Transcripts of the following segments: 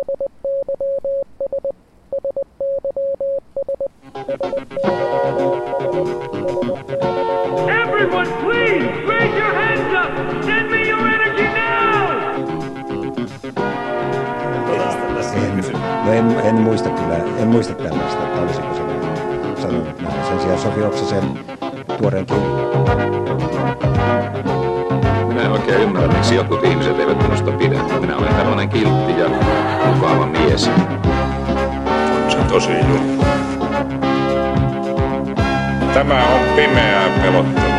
Everyone, please, raise your hands up! Send me your energy now! En muista tällaista, että olisiko se sanonut näin. Sen sijaan Sofi Oksasen tuoreen Minä en oikein ymmärrä, miksi jotkut ihmiset eivät minusta pidä. Minä olen tällainen kiltti ja mukava mies. On se tosi juttu. Tämä on pimeää pelottelua.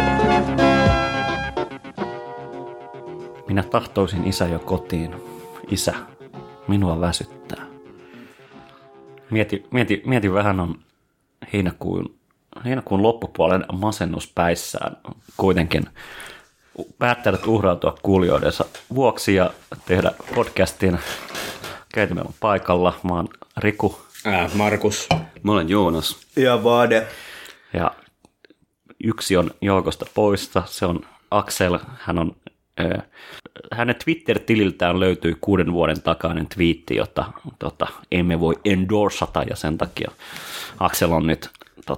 Minä tahtoisin isä jo kotiin. Isä, minua väsyttää. Mieti vähän on heinäkuun loppupuolen masennus päissään kuitenkin päättänyt uhrautua kuulijoidensa vuoksi ja tehdä podcastin. Keitä meillä on paikalla? Mä oon Riku. Markus. Mä olen Joonas. Ja Vade. Ja yksi on joukosta poista, se on Aksel. Hänen Twitter-tililtään löytyy 6 vuoden takainen twiitti, jota emme voi endorsata, ja sen takia Aksel on nyt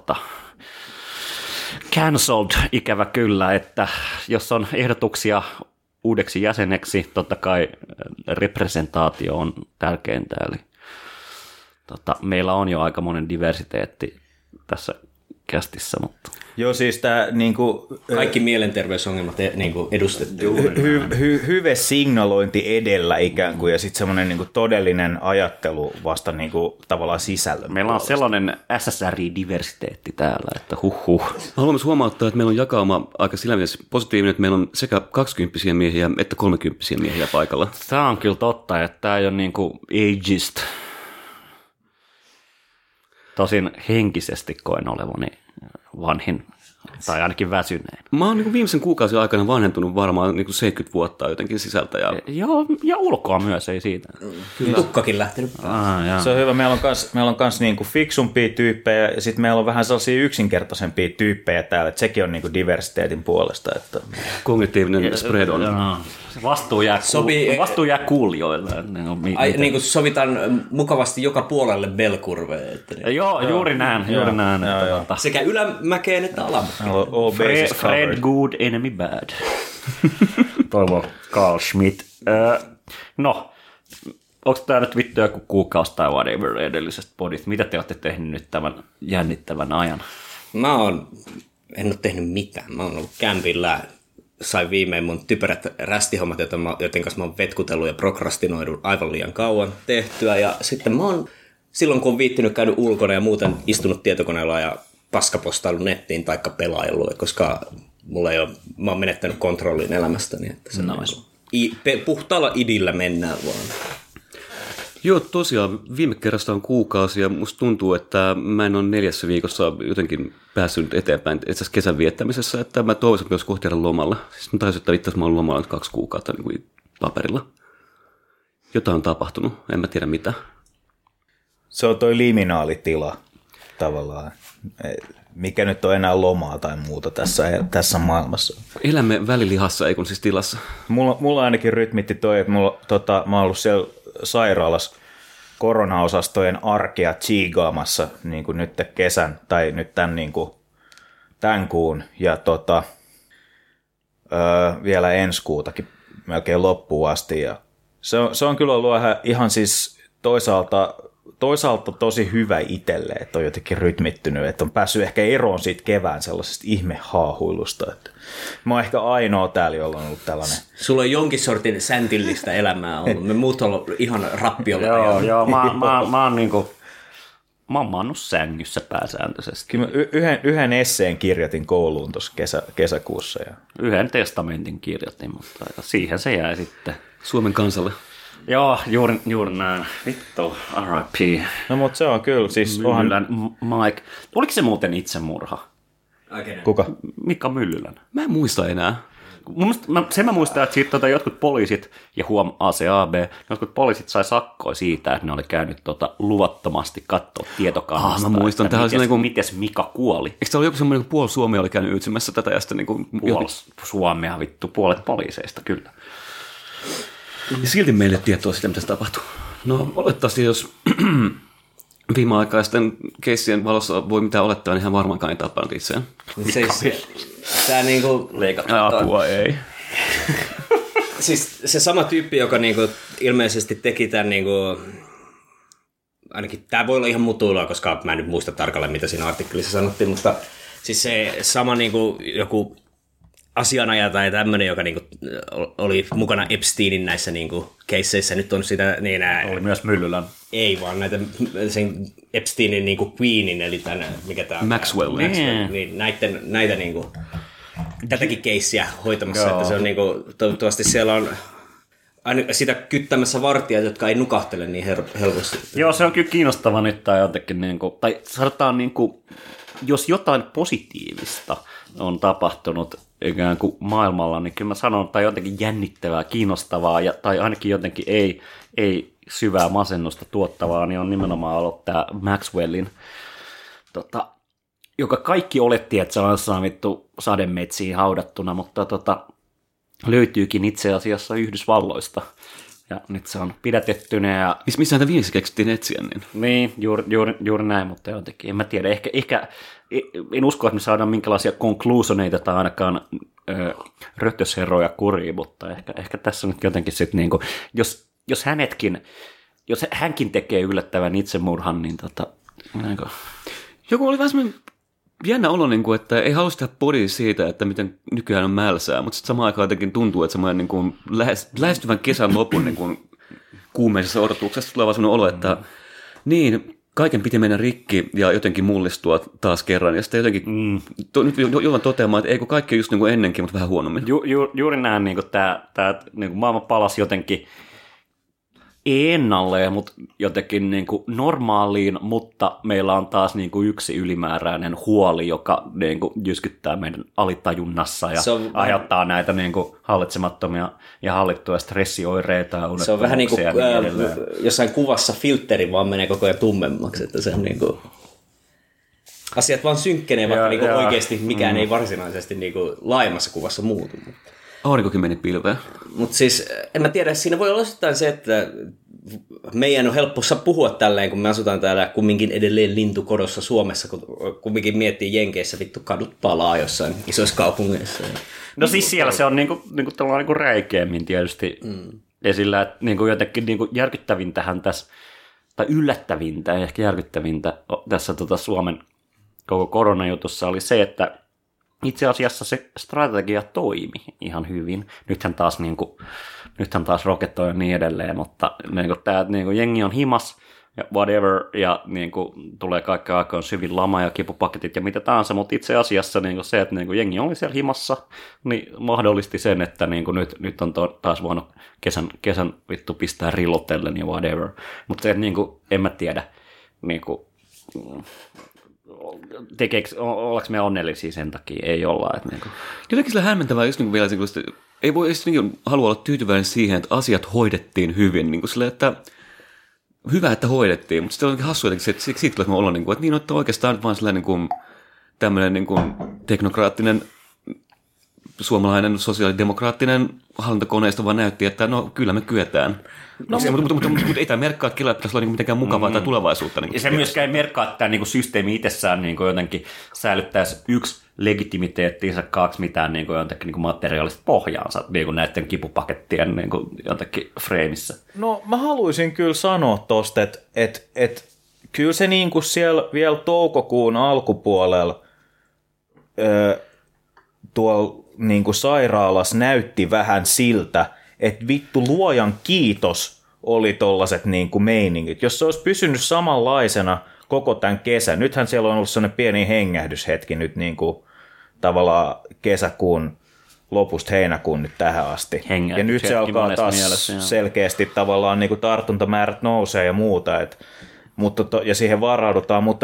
cancelled, ikävä kyllä, että jos on ehdotuksia uudeksi jäseneksi, totta kai representaatio on tärkeintä, eli meillä on jo aika monen diversiteetti tässä kästissä, mutta... Joo, siis tämä niinku... Kaikki mielenterveysongelmat niinku edustettu. Hyve signalointi edellä ikään kuin, ja sitten semmoinen niinku todellinen ajattelu vasta niinku tavallaan sisällön. Meillä on sellainen SSRI-diversiteetti täällä, että huhhuh. Haluan myös huomauttaa, että meillä on jakauma aika sillä mielessä positiivinen, että meillä on sekä 20 miehiä että 30 miehiä paikalla. Tämä on kyllä totta, että tämä ei ole niinku ageist. Tosin henkisesti koen olevani vanhin, tai ainakin väsyneen. Mä oon niin viimeisen kuukausien aikana vanhentunut varmaan niin 70 vuotta jotenkin sisältä. Joo, ja ulkoa myös, ei siitä. Kyllä. Tukkakin lähtenyt. Se on hyvä. Meillä on kans niinku fiksumpia tyyppejä, ja sitten meillä on vähän sellaisia yksinkertaisempia tyyppejä täällä, että sekin on niinku diversiteetin puolesta. Että... Kognitiivinen spread on. Vastuu jää kuulijoille. Niin kuin sovitaan mukavasti joka puolelle bell-kurveen. Joo, juuri näin. Sekä ylämäkeen että alamäkeen. Fred good, enemy bad. Toivo Carl Schmitt. No, onko tämä nyt vittu joku kuukausi tai whatever edellisestä podista? Mitä te olette tehneet nyt tämän jännittävän ajan? En ole tehnyt mitään. Mä oon ollut kämpillä. Sain viimein mun typerät rästihommat, joten kanssa mä oon vetkutellut ja prokrastinoidut aivan liian kauan tehtyä. Ja sitten mä oon silloin, kun on viittynyt käynyt ulkona ja muuten istunut tietokoneella ja paskapostaillut nettiin taikka pelaillut, koska mä oon menettänyt kontrollin elämästäni. Että se puhtaalla idillä mennään vaan. Joo, tosiaan viime kerrasta on kuukausi ja musta tuntuu, että mä en ole 4 viikossa jotenkin päässyt eteenpäin itse asiassa kesän viettämisessä, että mä toivoisin, että jos kohti jäädä lomalla. Siis mä taisin, että itse asiassa mä oon lomalla 2 kuukautta niin kuin paperilla. Jotain on tapahtunut, en mä tiedä mitä. Se on toi liminaalitila tavallaan, mikä nyt on enää lomaa tai muuta tässä maailmassa. Elämme välilihassa, ei kun siis tilassa. Mulla ainakin rytmitti toi, että mä oon ollut siellä sairaalassa koronaosastojen arkea tsiigaamassa niin kuin nyt kesän tai nyt tämän kuun ja vielä ensi kuutakin melkein loppuun asti. Ja se on kyllä ollut ihan siis toisaalta tosi hyvä itselle, että on jotenkin rytmittynyt, että on päässyt ehkä eroon siitä kevään sellaisesta ihmehaahuilusta. Että mä oon ehkä ainoa täällä, jolla on ollut tällainen. Sulla on jonkin sortin säntillistä elämää ollut. Me muut on ollut ihan rappiolla. Joo, mä oon maannut sängyssä pääsääntöisesti. Kyllä yhden esseen kirjoitin kouluun tuossa kesäkuussa. Ja... Yhden testamentin kirjoitin, mutta siihen se jäi sitten. Suomen kansalle. Joo, juuri näin. Vittu, R.I.P. No mutta se on kyllä. Siis Myllylän Mike. Oliko se muuten itsemurha? Kuka? Mika Myllylän. Mä en muista enää. Mä muistan, että siitä jotkut poliisit, ja huom ACAB, jotkut poliisit sai sakkoa siitä, että ne oli käynyt luvattomasti katsoa tietokannasta. Mä muistan. Mites Mika kuoli? Eikö tämä ole joku semmoinen, kun puoli Suomea oli käynyt ytsimässä tätä ja sitten puoli Suomea, vittu, puolet poliiseista, kyllä. Ja silti meille tietoa sitä, mitä se tapahtuu. No olettaisiin, jos viimeaikaisten keissien valossa voi mitään olettaa, niin hän varmaankaan ei tappanut itseään. Tämä niinku... Apua ei. Siis se sama tyyppi, joka niinku ilmeisesti teki tämän niinku... Ainakin tämä voi olla ihan mutuilua, koska mä en nyt muista tarkalleen, mitä siinä artikkelissa sanottiin, mutta siis se sama niinku joku asianajaja tai tämmöinen, joka niinku oli mukana Epsteinin näissä niinku keisseissä, nyt on sitä... Niin, oli myös Myllylän. Ei vaan näitä sen Epsteinin niinku Queenin, eli tämän, mikä tämä on? Maxwell. Niin, näitä niinku... Tätäkin keissiä hoitamassa, että se on niinku, toivottavasti siellä on aina sitä kyttämässä vartijat, jotka ei nukahtele niin helposti. Joo, se on kyllä kiinnostava nyt tai jotenkin, niinku, tai sanotaan niinku, jos jotain positiivista on tapahtunut ikään kuin maailmalla, niin kyllä mä sanon, tai jotenkin jännittävää, kiinnostavaa, tai ainakin jotenkin ei syvää masennusta tuottavaa, niin on nimenomaan ollut tämä Maxwellin joka kaikki oletti, että se on jossain vittu sademetsiin haudattuna, mutta löytyykin itse asiassa Yhdysvalloista. Ja nyt se on pidätettynä. Ja... Missä näitä viimeksi keksittiin etsiä? Niin, juuri näin, mutta jotenkin, en mä tiedä. Ehkä en usko, että me saadaan minkälaisia conclusioneita tai ainakaan röttösherroja kuriin, mutta ehkä tässä nyt jotenkin sitten, niinku, jos hänkin tekee yllättävän itsemurhan, niin niinku... Joku oli vähän semmoinen jännä olo, että ei halua tehdä podia siitä, että miten nykyään on mälsää, mutta sitten samaan aikaan jotenkin tuntuu, että semmoinen niin lähestyvän kesän lopun niin kuumeisessa odotuksessa tulee vaan semmoinen olo, että niin, kaiken piti mennä rikki ja jotenkin mullistua taas kerran. Ja sitten jotenkin nyt jollain toteamaan, että ei kun kaikki on just niin kuin ennenkin, mutta vähän huonommin. Juuri näin, niin tämä niin maailma palasi jotenkin ennalleen, mutta jotenkin niin kuin normaaliin, mutta meillä on taas niin kuin yksi ylimääräinen huoli, joka niin kuin jyskyttää meidän alitajunnassa ja aiheuttaa näitä niin kuin hallitsemattomia ja hallittuja stressioireita ja se on vähän niin kuin jossain kuvassa filtteri vaan menee koko ajan tummemmaksi, että se on niin kuin... Asiat vaan synkkenee, vaikka niin kuin oikeasti mikään ei varsinaisesti niin kuin laajemmassa kuvassa muutu. Aurinkokin meni pilveen. Mutta siis, en mä tiedä, siinä voi olla osittain se, että meidän on helppo puhua tälleen, kun me asutaan täällä kumminkin edelleen lintukodossa Suomessa, kun kumminkin miettii Jenkeissä, vittu kadut palaa jossain isoissa kaupungeissa. No siis siellä se on niinku räikeämmin tietysti esillä, että niinku jotenkin niinku järkyttävintähän tässä, tai yllättävintä, ehkä järkyttävintä tässä Suomen koko koronajutussa oli se, että itse asiassa se strategia toimi ihan hyvin. Nythän taas roketoi ja niin edelleen, mutta tämä jengi on himas ja whatever, ja tulee kaikki aikaan syvin lama ja kipupaketit ja mitä tahansa, mutta itse asiassa se, että jengi oli siellä himassa, niin mahdollisti sen, että nyt on taas voinut kesän vittu pistää rillotellen ja whatever. Mutta se, että en mä tiedä, ollaanko me onnellisia sen takia? Ei olla. Että Jotenkin sillä hämmentävää, just vielä, ei voi halua olla tyytyväinen siihen, että asiat hoidettiin hyvin. Sillä, että hyvä, että hoidettiin, mutta sitten on jotenkin hassu jotenkin, että siitä tulee olla, että niin, että oikeastaan nyt vaan sellainen tämmöinen teknokraattinen suomalainen sosiaalidemokraattinen hallintokoneisto vaan näytti, että no kyllä me kyetään. No, mutta ei tämä merkkaa, että kellä pitäisi olla mitenkään mukavaa tai tulevaisuutta. Ja se myöskään ei merkkaa, että tämä systeemi itsessään jotenkin säilyttäisi yksi legitimiteettiinsä, kaksi mitään jotenkin materiaalista pohjaansa näiden kipupakettien jotenkin freimissä. No mä haluaisin kyllä sanoa tosta, että kyllä se siellä vielä toukokuun alkupuolella tuolla sairaalassa näytti vähän siltä, että vittu luojan kiitos oli tollaset meiningit. Jos se olisi pysynyt samanlaisena koko tämän kesän, nythän siellä on ollut sellainen pieni hengähdyshetki nyt tavallaan kesäkuun lopusta heinäkuun nyt tähän asti. Ja nyt se alkaa taas selkeästi tavallaan tartuntamäärät nousee ja muuta, ja siihen varaudutaan, mutta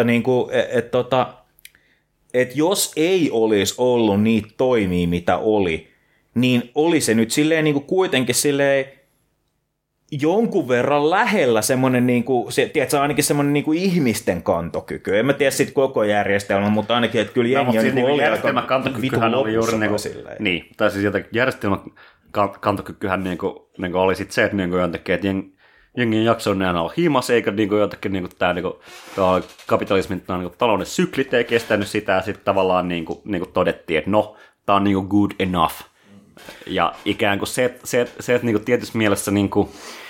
että jos ei olisi ollut niitä toimia, mitä oli, niin oli se nyt silleen kuitenkin silleen jonkun verran lähellä semmoinen, tiedätkö, ainakin semmoinen ihmisten kantokyky. En mä tiedä sitten koko järjestelmä, mutta ainakin, että kyllä jengi oli järjestelmän kantokykyhän oli juuri niin, tai siis jotenkin järjestelmän kantokykyhän oli sitten se, että jotenkin, että jengi ei jakso enää olla himas, eikä niinku jotenkin niinku tämä niinku, kapitalismin niinku, talouden syklit ei kestänyt sitä, ja sitten tavallaan niinku todettiin, että no, tämä on niinku good enough. Ja ikään kuin se että niinku tietyssä mielessä niinku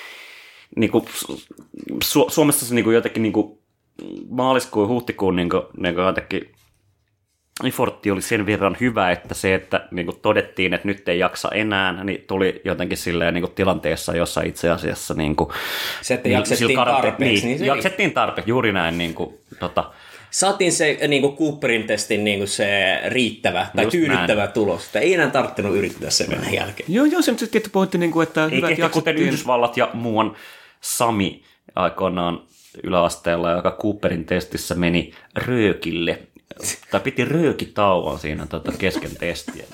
Suomessa se niinku jotenkin niinku maaliskuun ja huhtikuun niinku jotenkin effortti oli sen verran hyvä, että se, että niin kuin todettiin, että nyt ei jaksa enää, niin tuli jotenkin silleen niin kuin tilanteessa, jossa itse asiassa niin kuin, se, että jaksettiin tarpeeksi. Niin jaksettiin tarpeeksi, juuri näin. Niin kuin, Saatiin se niin kuin Cooperin testin niin kuin se riittävä tai tyydyttävä näin. Tulos. Että ei enää tarttunut yrittää sen mennä jälkeen. Joo, se on se tietty pointti, niin kuin, että hyvät jaksettiin. Kuten Yhdysvallat ja muuan Sami aikoinaan yläasteella, joka Cooperin testissä meni röökille. Tai piti röökitauon siinä kesken testiä.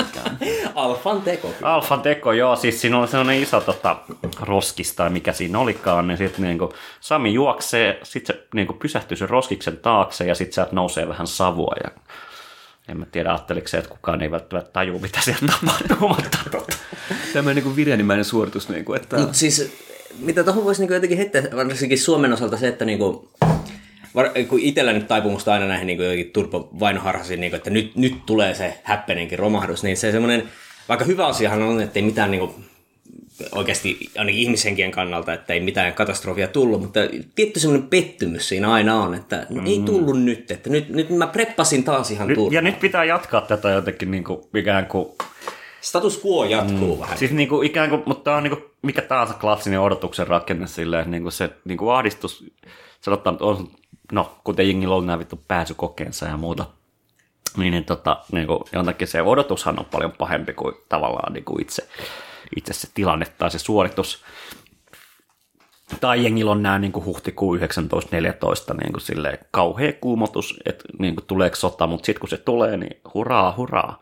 Alfan teko, joo. Siis siinä oli sellainen iso roskis tai mikä siinä olikaan, niin sitten niinku Sami juoksee, sitten se niinku pysähtyy sen roskiksen taakse ja sitten sieltä nousee vähän savua. Ja en mä tiedä, ajatteliko se, että kukaan ei välttämättä tajua, mitä sieltä tapahtuu. Mutta tämmöinen niinku virenimäinen suoritus. Niinku, että siis, mitä tuohon voisi niinku jotenkin heittää, varsinkin Suomen osalta se, että niinku kun itsellä nyt taipumusta aina näihin niin turpavainoharhaisiin, niin että nyt tulee se häppenenkin romahdus, niin se semmoinen, vaikka hyvä asiahan on, että ei mitään niin kuin, oikeasti ainakin ihmishenkien kannalta, että ei mitään katastrofia tullut, mutta tietty semmoinen pettymys siinä aina on, että ei tullut nyt, että nyt mä preppasin taas ihan turpaa. Ja nyt pitää jatkaa tätä jotenkin niin kuin, ikään kuin status quo jatkuu vähän. Siis niin kuin, ikään kuin, mutta tämä on niin kuin, mikä tahansa klassinen odotuksen rakenne silleen, niin kuin se niin kuin ahdistus, sanotaan, että on kuten jengillä on nämä vittu pääsykokeensa ja muuta, niin jotenkin se odotushan on paljon pahempi kuin tavallaan niin kuin itse se tilanne tai se suoritus. Tai jengillä on nämä niin kuin huhtikuun 1914 niin kuin silleen kauhea kuumotus, että niin kuin tuleeko sota, mutta sitten kun se tulee, niin hurraa.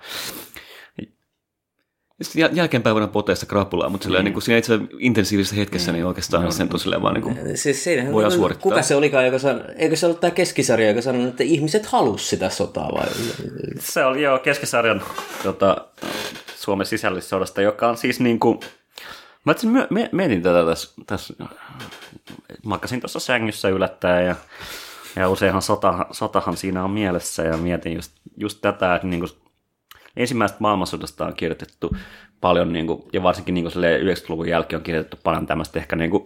Jälkeenpäin voidaan poteista krapulaa, mutta niin siinä itse intensiivisessä hetkessä niin oikeastaan sen tosiaan vaan niin siis voidaan suorittaa. Kuka se olikaan, eikö se ollut tämä keskisarja, joka sanoi, että ihmiset halusivat sitä sotaa vai? Se oli keskisarjan Suomen sisällissodasta, joka on siis niin kuin, mä mietin tätä tässä makasin tuossa sängyssä yllättäen ja useinhan sotahan siinä on mielessä ja mietin just tätä, että niin kuin ensimmäisestä maailmansodasta on kirjoitettu paljon, niin kuin, ja varsinkin niin kuin 90-luvun jälkeen on kirjoitettu paljon tämmöistä ehkä niin kuin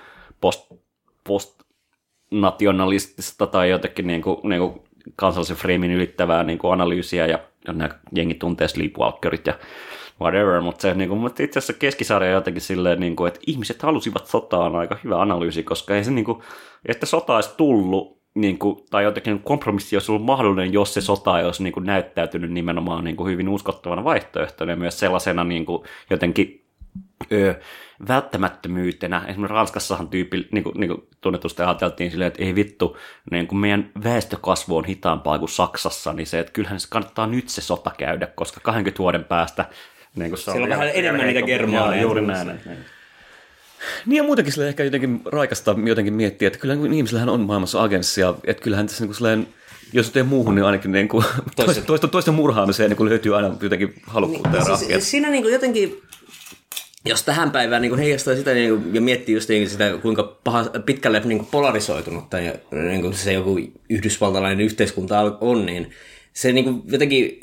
post-nationalistista tai jotenkin niin kuin kansallisen freimin ylittävää niin kuin analyysiä, ja nämä jengi tuntee sleepwalkerit ja whatever, mutta se niin kuin, itse asiassa keskisarja jotenkin silleen, niin kuin, että ihmiset halusivat sotaa on aika hyvä analyysi, koska ei se, niin kuin, että sota olisi tullut, niin kuin, tai jotenkin kompromissi olisi ollut mahdollinen, jos se sota olisi niin kuin näyttäytynyt nimenomaan niin kuin hyvin uskottavana vaihtoehtona ja myös sellaisena niin kuin jotenkin välttämättömyytenä. Esimerkiksi Ranskassahan niin kuin tunnetusti ajateltiin silleen, että ei vittu, niin kuin meidän väestökasvu on hitaampaa kuin Saksassa, niin se, että kyllähän se kannattaa nyt se sota käydä, koska 20 vuoden päästä niin kuin se on vähän enemmän niitä germaaneja. Juuri näin. Niin ja muutenkin sille ehkä jotenkin raikasta jotenkin miettiä, että kyllähän ihmisillähän on maailmassa agenssia, että kyllähän tässä niin kuin jos ei muuhun, niin ainakin niin kuin toisten murhaamiseen niin kuin löytyy aina jotenkin halukkuutta ja rahkeet. Siinä niin kuin jotenkin, jos tähän päivään niin kuin heijastaa sitä niin kuin, ja miettii just niin sitä, kuinka pitkälle niin kuin polarisoitunut tai niin kuin se joku yhdysvaltalainen yhteiskunta on, niin se niin kuin jotenkin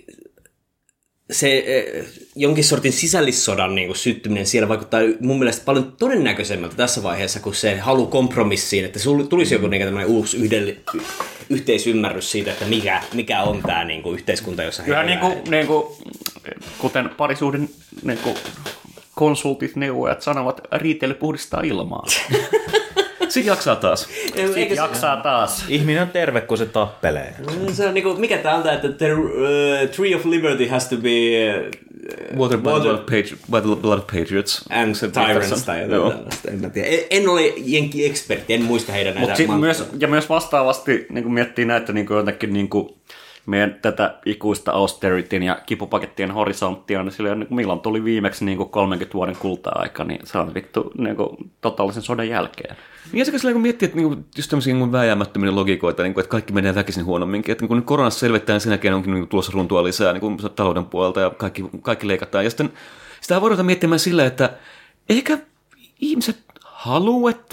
se jonkin sortin sisällissodan niin kuin syttyminen siellä vaikuttaa mun mielestä paljon todennäköisemmältä tässä vaiheessa, kuin se halu kompromissiin, että tulisi joku niin tämmöinen uusi yhteisymmärrys siitä, että mikä on tämä niin kuin yhteiskunta, jossa he niin kuin, kuten parisuuden niin kuin konsultit, neuvojat sanovat, riitely puhdistaa ilmaa. Sitten jaksaa taas. Ihminen on terve, kun se tappelee. Se on niinku, mikä tää on tää, että Tree of Liberty has to be Water by the blood of patriots. And tyrants tai jotain tällaista. En tiedä. En ole jenkki-ekspertti, en muista heidän näitä. Myös vastaavasti niin miettii näitä niin jotenkin niin meidän tätä ikuista austerityn ja kipupakettien horisonttia, niin silleen, niin milloin tuli viimeksi niin 30 vuoden kulta-aika, niin se on vittu niin totaalisen sodan jälkeen. Niin ja se kun miettii, että niin just tämmöisiä niin vääjäämättömiä logiikoita, niin kuin, että kaikki menee väkisin huonomminkin, että niin koronassa selvittää, niin sen jälkeen onkin niin tulossa runtua lisää niin talouden puolelta ja kaikki leikataan. Ja sitten sitä voidaan miettimään sillä, että ehkä ihmiset haluaa, että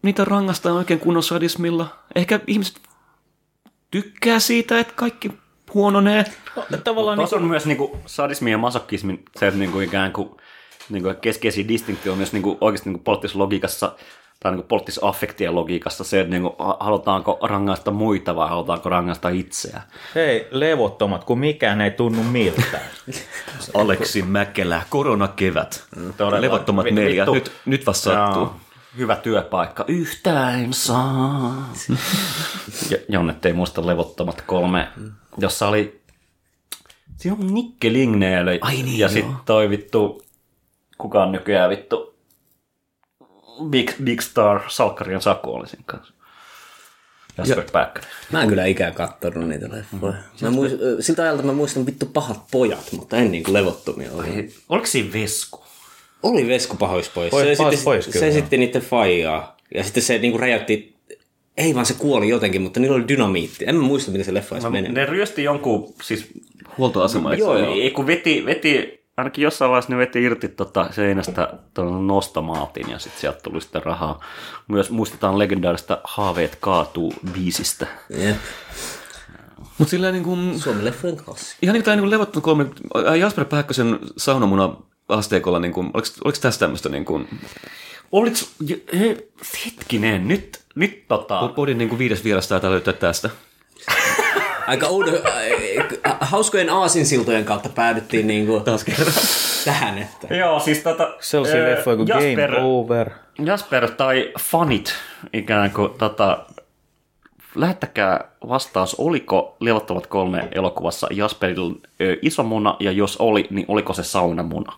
niitä rangaistaan oikein kunnon sadismilla. Ehkä ihmiset tykkää siitä, että kaikki huononee. Tavallaan Tuossa on myös niinku sadismin ja masokismin se, että niinku ikään kuin niinku keskeisiä distinktio on myös niinku oikeasti niinku poliittisessa logiikassa tai niinku poliittisessa affektien logiikassa se, että niinku halutaanko rangaista muita vai halutaanko rangaista itseä. Hei, levottomat, kun mikään ei tunnu miltään. Aleksi Mäkelä, koronakevät. Levottomat 4, nyt vasta sattuu. Jaa, hyvä työpaikka. Yhtään saa. Jonnet ei muista Levottomat 3, jossa oli siinä on Nikke Lingneeli niin, ja sitten toi vittu, kuka on nykyään vittu Big Star Salkkarien Saku oli siinä kanssa. Jasper Pääkkönen. Mä en kyllä ikään kattonut niitä leffoja. Siltä ajalta mä muistan vittu Pahat pojat, mutta en niinku Levottomia oli. Oliko siinä Vesku? Oli Vesku Pahois pois. Se esitti niiden faijaa. Ja sitten se niinku räjäytti, ei vaan se kuoli jotenkin, mutta niillä oli dynamiitti. En mä muista, miten se leffa edes meni. Ne ryösti jonkun, siis Huoltoasema. joo, kun veti, ainakin jossain vaiheessa ne veti irti seinästä nostamaatin ja sitten sieltä tuli sitten rahaa. Myös muistetaan legendaarista Haaveet kaatuu -biisistä. Jep. Mutta sillä niinku Suomi-leffojen klassi. ihan niinku tämä Levottomat 3, Jasper Pääkkösen saunamuna asteikolla, niinku, oliko tässä tämmöistä niinku Oliko, hetkinen, nyt podin niinku 5. vierasta taitaa löytää tästä. Aika hauskojen aasinsiltojen kautta päädyttiin niinku Taas kerran. tähän, että joo, siis Sellaisia leffoja kuin Game Over. Jasper tai fanit ikään kuin lähettäkää vastaus, oliko Levottomat 3 elokuvassa Jasperilla iso muna, ja jos oli, niin oliko se saunamuna?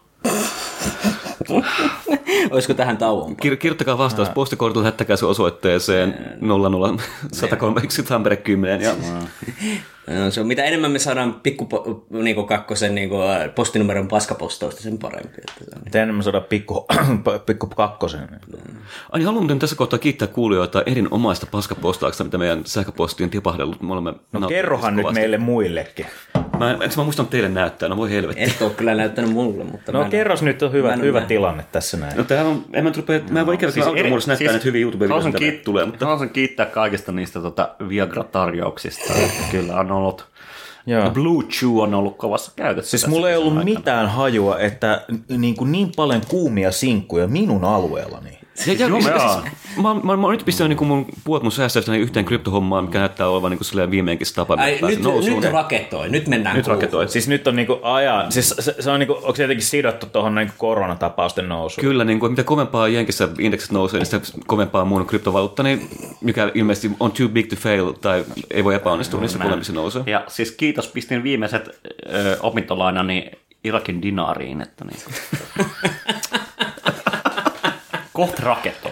olisiko tähän tauon? Kirjoittakaa vastaus postikortilla, lähettäkää se osoitteeseen 00131 Tampere 10. Ja No, se on, mitä enemmän me saadaan pikku kakkosen postinumeron paskapostausta, sen parempi. Mitä enemmän saadaan pikku kakkosen. Niin haluan tässä kohtaa kiittää kuulijoita erinomaista paskapostauksesta, mitä meidän sähköpostiin on tipahdellut. No kerrohan nyt meille muillekin. Eikö mä muistanut teille näyttää? No voi helvetti. Et ole kyllä näyttänyt mulle, mutta no kerros nyt, on hyvä tilanne tässä näin. No tää on, mä en voi ikävä alkumuodossa näyttää näitä hyviä YouTube-videoita, mitä tulee. Haluaisin kiittää kaikista niistä Viagra-tarjouksista. Kyllä on ollut. Joo. Blue Chew on ollut kovassa käytössä. Siis mulla ei ollut mitään hajua, että niin paljon kuumia sinkkuja minun alueellani. Mä oon nyt pistänyt niin mun puolet mun säästöistä yhteen kryptohommaan, mikä näyttää olevan niin viimeinkin tapa. Nyt raketoi, nyt mennään nyt raketoi. Siis nyt on niinku siis se on niinku, onko se jotenkin sidottu tuohon niinku koronatapausten nousuun? Kyllä, niinku, mitä kovempaa Jenkissä indeksit nousee, niin sitä kovempaa mun kryptovaluutta, niin mikä ilmeisesti on too big to fail tai ei voi epäonnistua, niin se kovemmin se nousee. Ja siis kiitos, pistin viimeiset opintolainani Irakin dinaariin, että niinku. Kohta raketoi.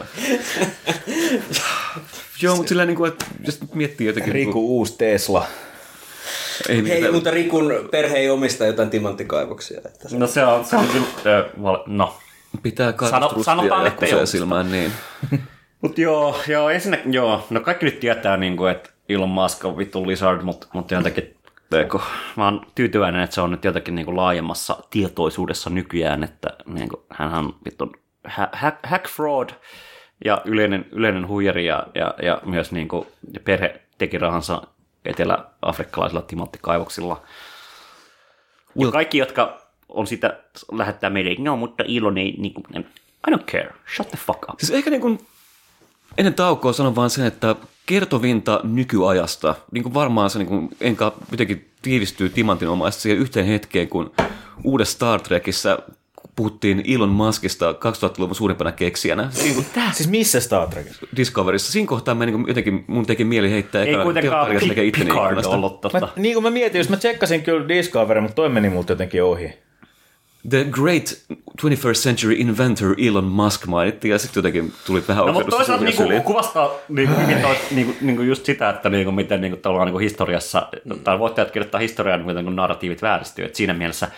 Joo, mutta sillä että jos miettii jotenkin. Riku uusi Tesla. Hei, mutta Rikun perhe ei omista jotain timanttikaivoksia. No se on kyllä, no. Pitää katsoa ja silmään, niin. Mut joo, ensinnäkin, no kaikki nyt tietää, että Elon Musk on vittu lizard, mutta jotenkin, mä oon tyytyväinen, että se on nyt jotenkin laajemmassa tietoisuudessa nykyään, että hän on vittu hack fraud ja yleinen huijari ja myös perhe teki rahansa etelä-afrikkalaisilla timanttikaivoksilla. Ja kaikki, jotka on sitä lähettää meille, no, mutta Elon ei, I don't care, shut the fuck up. Siis eikä ennen taukoa sanon vaan sen, että kertovinta nykyajasta, varmaan se enkä jotenkin tiivistyy timantinomaisesti siihen yhteen hetkeen, kun uudessa Star Trekissä puhuttiin Elon Muskista 2000-luvun suurimpana keksijänä. Siis missä Star Trekissa? Discoveryssa. Siinä kohtaa mun teki mieli heittää ei kuitenkaan Picard ollut totta. Niin kuin mä mietin, jos mä tsekkasin kyllä Discovery, mutta toi meni multa jotenkin ohi. The great 21st century inventor Elon Musk mainittiin, ja sitten jotenkin tuli vähän oikeudussa suuria syliin. Kuvastaa hyvin just sitä, että miten tavallaan historiassa, tai voittajat kirjoittaa historiaa, miten narratiivit vääristyy. Et siinä mielessä,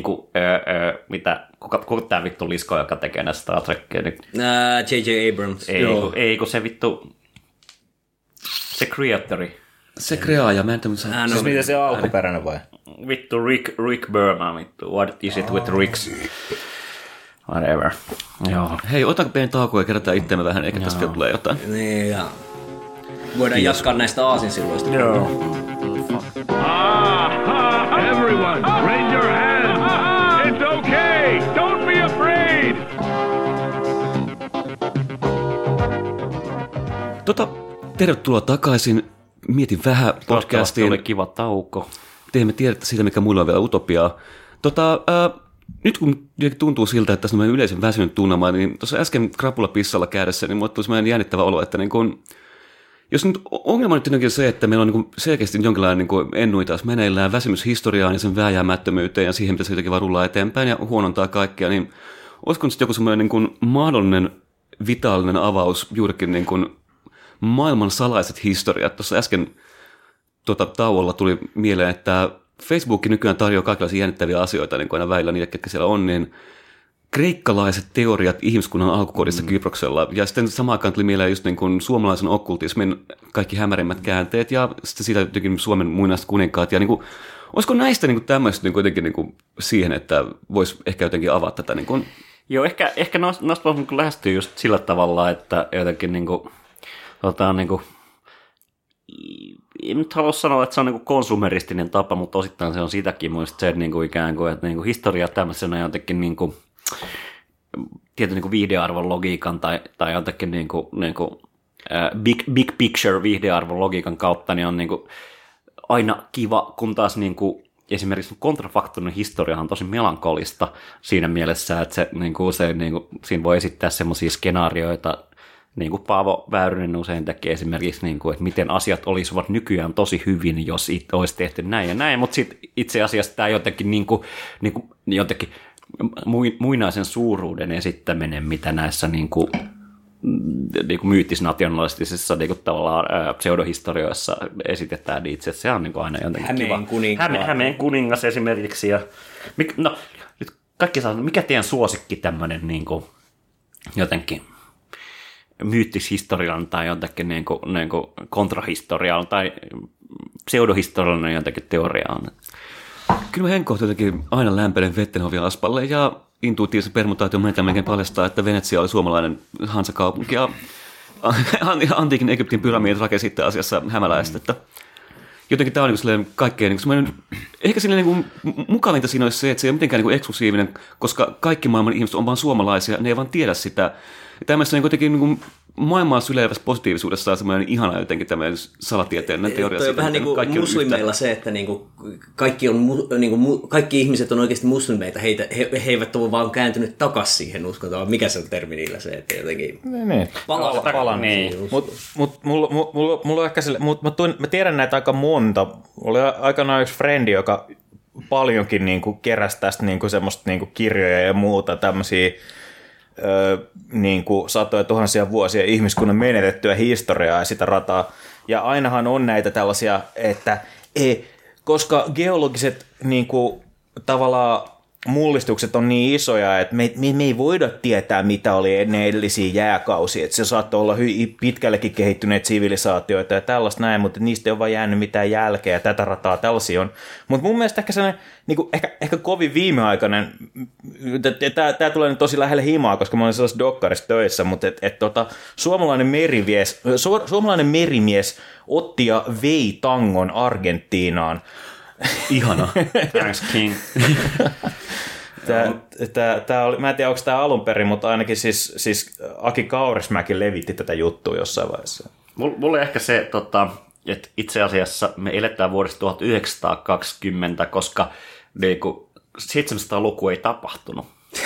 kuka tämä vittu lisko, joka tekee näistä Star Trekkiä? J.J. Abrams. Ei, kun se vittu, se creatori. Se kreaaja, mä en tiedä. Siis mitä se on alkuperäinen vai? Vittu Rick Berman, vittu. What is it with Ricks? whatever. Joo. Hei, otetaanko pieni tauko ja kerätään itseämme vähän, eikä tästä vielä tulee jotain. Niin, ja voidaan jatkaa näistä aasinsilloista. Joo. Everyone, raise your hands. It's okay. Don't be afraid. Tervetuloa takaisin. Mietin vähän podcastiin. Oli kiva tauko. Teemme tiedettä siitä, mikä mulla on vielä utopiaa. Nyt kun tuntuu siltä, että tässä on yleisen väsynyt tunnelma, niin tuossa äsken krapulapissalla käydessä, niin mulle tuli sellainen jännittävä olo, että niin kun, jos nyt ongelma nyt jotenkin se, että meillä on niin selkeästi jonkinlainen niin ennuitaus meneillään, väsymys historiaan ja sen vääjäämättömyyteen ja siihen, mitä se jotenkin vaan rullaa eteenpäin ja huonontaa kaikkea, niin olisiko nyt joku semmoinen niin mahdollinen vitaalinen avaus juurikin niin kuin maailman salaiset historiat. Tuossa äsken tauolla tuli mieleen, että Facebook nykyään tarjoaa kaikenlaisia jännittäviä asioita, niin kuin aina välillä niille, ketkä siellä on, niin kreikkalaiset teoriat ihmiskunnan alkukodissa Kyproksella, ja sitten samaan aikaan tuli mieleen just niin kuin suomalaisen okkultismin kaikki hämärimmät käänteet, ja sitten siitä jotenkin Suomen muinaiset kuninkaat, ja niin kuin, olisiko näistä niin kuin tämmöistä niin kuin jotenkin niin kuin siihen, että voisi ehkä jotenkin avata tätä? Niin kuin... Joo, ehkä noista voisi niin lähestyä just sillä tavalla, että jotenkin niin kuin, niin kuin, en nyt halua sanoa, että se on niin kuin konsumeristinen tapa, mutta osittain se on sitäkin muista se, että niin kuin ikään kuin, että niin kuin historia tämmöisenä jotenkin niin kuin, tietyn niin kuin viihdearvon logiikan tai jotenkin niin kuin, big picture viihdearvon logiikan kautta niin on niin kuin aina kiva, kun taas niin kuin esimerkiksi kontrafaktorinen historia on tosi melankolista siinä mielessä, että se, niin kuin siinä voi esittää semmoisia skenaarioita, niin kuin Paavo Väyrynen usein tekee esimerkiksi, niin kuin, että miten asiat olisivat nykyään tosi hyvin, jos olisi tehty näin ja näin, mutta sitten itse asiassa tämä jotenkin, jotenkin muinaisen suuruuden esittäminen, mitä näissä niin kuin myyttisnationalistisissa niin kuin tavallaan pseudohistorioissa esitetään, niin itse asiassa se on niin kuin aina jotenkin kiva. Hämeen kuningas esimerkiksi. Ja, no, nyt kaikki saa, mikä teidän suosikki tämmöinen niin kuin, jotenkin myyttishistorian tai jotenkin niin kuin kontrahistorian tai pseudohistoriallinen jotenkin teoria on? Kyllä mä henkohta jotenkin aina lämpelen Vettenhovia Aspalle ja intuitiivisen permutaation menetelmä melkein paljastaa, että Venetsia oli suomalainen Hansa-kaupunki ja antiikin Egyptin pyramidit rakensi sitten asiassa hämäläiset, että jotenkin tämä on niin kaikkein niin ehkä silleen niin mukavinta siinä olisi se, että se ei ole mitenkään niin eksklusiivinen, koska kaikki maailman ihmiset on vaan suomalaisia, ne ei vaan tiedä sitä. Ja tämmöistä niin jotenkin niin maailmaa syleivässä positiivisuudessa on semmoinen ihana jotenkin tämmöinen salatieteellinen teoria. Toi on vähän niin kuin muslimeilla se, että niin kuin kaikki ihmiset on oikeasti muslimeita, he eivät ole vaan kääntynyt takaisin siihen uskontoon. Mikä se on termi niillä se, että jotenkin palan. Mutta mulla on ehkä sille, mä tiedän näitä aika monta. Oli aikanaan yksi frendi, joka paljonkin niin kuin keräsi tästä niin kuin semmoista niin kuin kirjoja ja muuta tämmöisiä niin kuin satoja tuhansia vuosia ihmiskunnan menetettyä historiaa ja sitä rataa. Ja ainahan on näitä tällaisia, että koska geologiset niin kuin, tavallaan mullistukset on niin isoja, että me ei voida tietää, mitä oli ennen edellisiä jääkausia. Että se saattoi olla pitkällekin kehittyneet sivilisaatioita ja tällaista näin, mutta niistä ei ole vaan jäänyt mitään jälkeä ja tätä rataa tällaisia on. Mutta mun mielestä ehkä sellainen, niin kuin, ehkä kovin viimeaikainen, tämä tulee nyt tosi lähelle himaa, koska mä olin sellaisessa dokkarissa töissä, mutta suomalainen merimies otti ja vei tangon Argentiinaan. Ihana. Thanks, King. Tämä oli, mä en tiedä, onko tämä alun perin, mutta ainakin siis Aki Kaurismäki levitti tätä juttua jossain vaiheessa. Mulle ehkä se, että itse asiassa me eletään vuodesta 1920, koska 700-luku ei tapahtunut.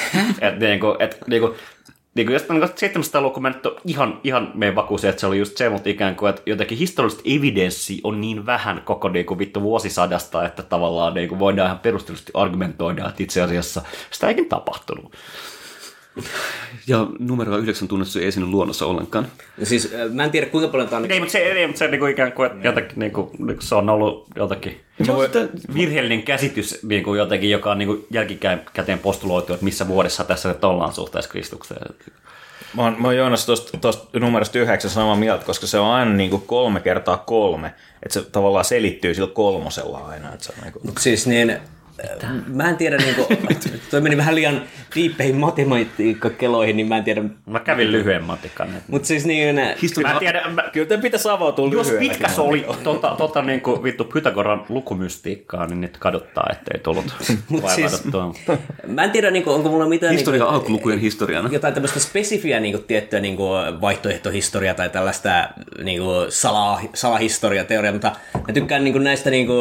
Jos 700-luku mä nyt ihan meidän vakuusin, että se oli just se, mutta ikään kuin, että jotenkin historiallista evidenssi on niin vähän koko vuosisadasta, että tavallaan voidaan ihan perustellisesti argumentoida, että itse asiassa sitä eikin tapahtunut. Ja numero 9 tunnettu ei esiinny luonnossa ollenkaan. No siis mä en tiedä kuinka paljon tämä on... Ei, mutta se niinku ikään kuin, että jotenkin, niinku, se on ollut jotakin virheellinen käsitys, niinku, jotenkin, joka on niinku jälkikäteen postuloitu, että missä vuodessa tässä nyt ollaan suhteessa Kristukseen. Mä oon Joonas tuosta numerosta 9 samaa mieltä, koska se on aina niinku 3 × 3, että se tavallaan selittyy sillä kolmosella aina. Että se on niinku... Siis niin... Mä en tiedä, niinku, toi meni vähän liian diippeihin matematiikkakeloihin, niin mä en tiedä. Mä kävin lyhyen matikan. Mutta siis niin... Mä tiedän, Kyllä te pitäisi avautua jos lyhyelläkin. pitkä se oli niinku vittu Pythagoran lukumystiikkaa, niin nyt kaduttaa, ettei tullut vaivauduttua. Mä en tiedä, niinku, onko mulla mitään... Historia alkulukujen historiana. Jotain tämmöistä spesifiä niinku, tiettyä niinku, vaihtoehtohistoriaa tai tällaista niinku, salahistoriateoriaa, mutta mä tykkään niinku, näistä niinku,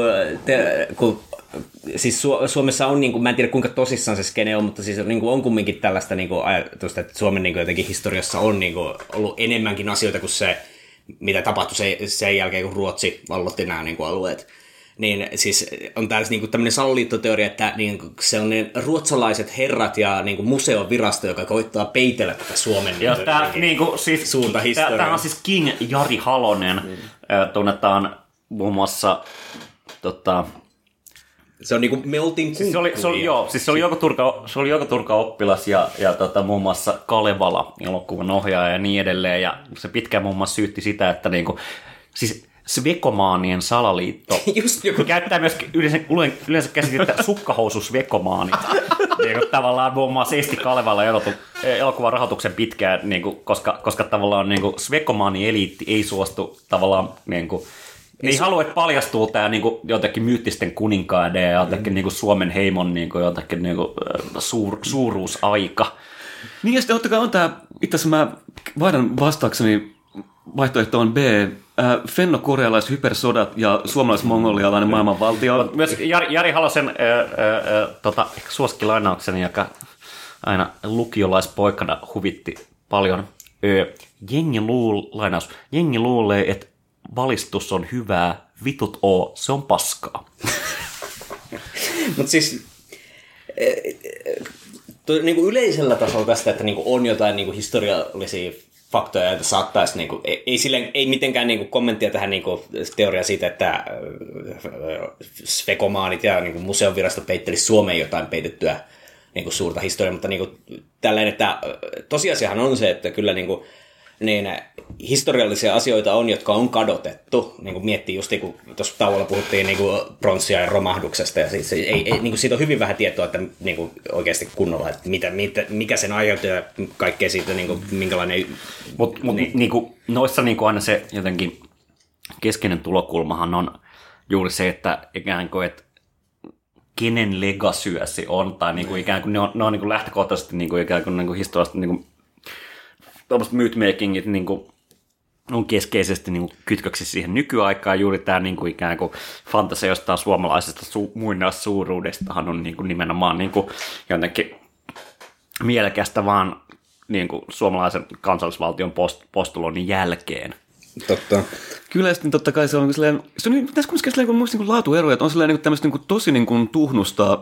siis Suomessa on, niin kuin, mä en tiedä kuinka tosissaan se skene on, mutta siis niin kuin, on kumminkin tällaista niin kuin, ajatusta, että Suomen niin kuin, jotenkin historiassa on niin kuin, ollut enemmänkin asioita kuin se, mitä tapahtui sen jälkeen, kun Ruotsi vallotti nämä niin kuin, alueet. Niin siis on tämmöinen salaliittoteoria, että niin kuin, se on ne ruotsalaiset herrat ja niin kuin, museovirasto, joka koittaa peitellä tätä Suomen siis, suurta historiaa. Tämä on siis King Jari Halonen, tunnetaan muun muassa... Se on niinku, me oltiin kunkkuja. Se oli Jouko Turka oppilas ja muun muassa Kalevala elokuvan ohjaaja ja niin edelleen. Ja se pitkään muun muassa syytti sitä, että niinku, siis Svekomaanien salaliitto käyttää myös yleensä käsitettä sukkahoususvekomaani. Niin, tavallaan muun muassa esti Kalevala elokuvan rahoituksen pitkään, niin, koska tavallaan niin Svekomaani-eliitti ei suostu tavallaan... Niin, ei halua, että paljastuu tämä niinku, jotenkin myyttisten kuninkaiden ja jotenkin niinku, Suomen heimon niinku, jotenkin niinku, suuruusaika. Niin ja sitten ottakaa on tämä, itse asiassa mä vaihdan vastaukseni vaihtoehtoon B, fenno-korealais-hypersodat ja suomalais-mongolialainen maailmanvaltio. Myös Jari Halosen suosikkilainaukseni, joka aina lukiolaispoikana huvitti paljon. Jengi luulee, että valistus on hyvää, vitut se on paskaa. Mutta siis niinku yleisellä tasolla tästä, että niinku on jotain niinku historiallisia faktoja, joita saattaisi, niinku, ei mitenkään niinku kommenttia tähän niinku teoriaan siitä, että svekomaanit ja niinku museovirasto peittelisi Suomeen jotain peitettyä niinku suurta historiaa, mutta niinku tällainen, että tosiasiahan on se, että kyllä niinku niin historiallisia asioita on, jotka on kadotettu. Niin kuin miettii just, kun tuossa tauolla puhuttiin niin kuin pronssiajan romahduksesta, ja niin kuin siitä on hyvin vähän tietoa, että niin kuin oikeasti kunnolla, että mikä sen aiheutti ja kaikkea siitä, niin kuin, minkälainen... Mutta niin noissa niin kuin aina se jotenkin keskeinen tulokulmahan on juuri se, että ikään kuin, että kenen legacyä se on, tai niin kuin ikään kuin ne on niin kuin lähtökohtaisesti niin kuin ikään kuin historiallisesti niin kuin tuommoiset mythmakingit niin kuin, on keskeisesti niin kuin, kytköksissä siihen nykyaikaan. Juuri tämä niin kuin, ikään kuin fantasia jostain suomalaisesta muinaissuuruudestahan on niin kuin, nimenomaan niin kuin, jotenkin mielekästä vaan niin kuin, suomalaisen kansallisvaltion postuloinnin jälkeen. Totta. Kyllä, sitten totta kai se on sellainen, tässä kumminkin sellainen niin laatueroja, että on sellainen niin tämmöistä niin tosi niin kuin, tuhnusta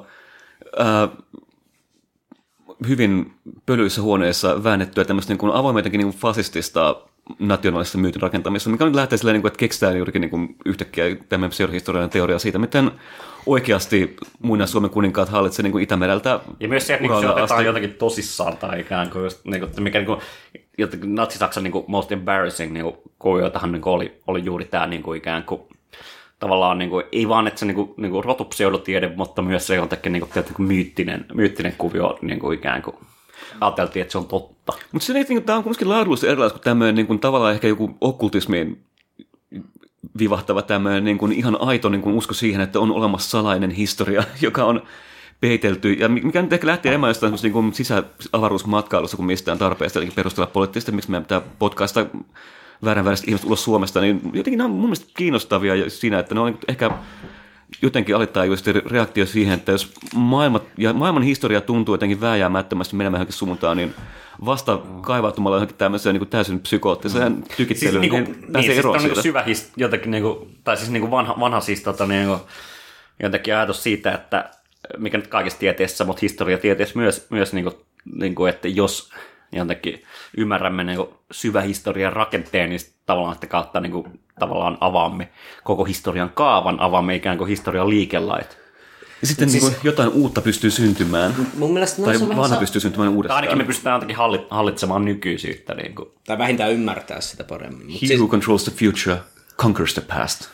hyvin pölyissä huoneissa väännettyä tämmöistä niin avoimetenkin niin fasistista nationaalista myytin rakentamista, mikä nyt lähtee silleen, että keksitään juurikin niin yhtäkkiä tämmöinen pseudohistoriallinen teoria siitä, miten oikeasti muinais-Suomen kuninkaat hallitsee niin Itämereltä. Ja myös se, että se otetaan jotenkin tosissaan tai ikään kuin, just, niin kuin mikä niin kuin, Natsi-Saksan niin kuin, most embarrassing niin kuvioitahan niin oli juuri tämä niin kuin, ikään kuin tavallaan niin kuin, ei vaan, että se niin kuin rotupseudotiede, mutta myös se jotenkin niin kuin, myyttinen kuvio niin kuin, ikään kuin ajateltiin, että se on totta. Mutta se niin, tämä on kuitenkin laadullisesti erilaista kuin tämmöinen niin kuin, tavallaan ehkä joku okkultismiin vivahtava tämmöinen niin kuin, ihan aito niin kuin, usko siihen, että on olemassa salainen historia, joka on peitelty, ja mikä nyt ehkä lähtee enemmän jostain niin sisäavaruusmatkailusta kuin mistään tarpeesta perustella poliittisesti, miksi meidän pitää podcasta vääränvääristä ihmiset ulos Suomesta, niin jotenkin nämä on mun mielestä kiinnostavia siinä, että ne on ehkä jotenkin alittajuisesti reaktio siihen, että jos maailman historia tuntuu jotenkin vääjäämättömästi menemään johonkin suuntaan, niin vasta kaivautumalla johonkin tämmöiseen niin kuin täysin psykoottiseen tykittelyyn, siis, niin pääsee eroon siitä. Syvä jotenkin, niin kuin, tai siis niin kuin vanha siis, niin kuin, jotenkin ajatus siitä, että mikä nyt kaikessa tieteessä, mutta historiatieteessä myös niin kuin, että jos jotenkin ymmärrämme niin kuin syvä historian rakenteen, niin tavallaan sitä kautta niin kuin, tavallaan avaamme koko historian kaavan, avaamme ikään kuin historian liikelait. Ja sitten siis, niin kuin jotain uutta pystyy syntymään. Mun mielestä tai vanha pystyy syntymään uudestaan. Tai ainakin me pystytään jotenkin hallitsemaan nykyisyyttä. Niin kuin. Tai vähintään ymmärtää sitä paremmin. He who controls the future conquers the past.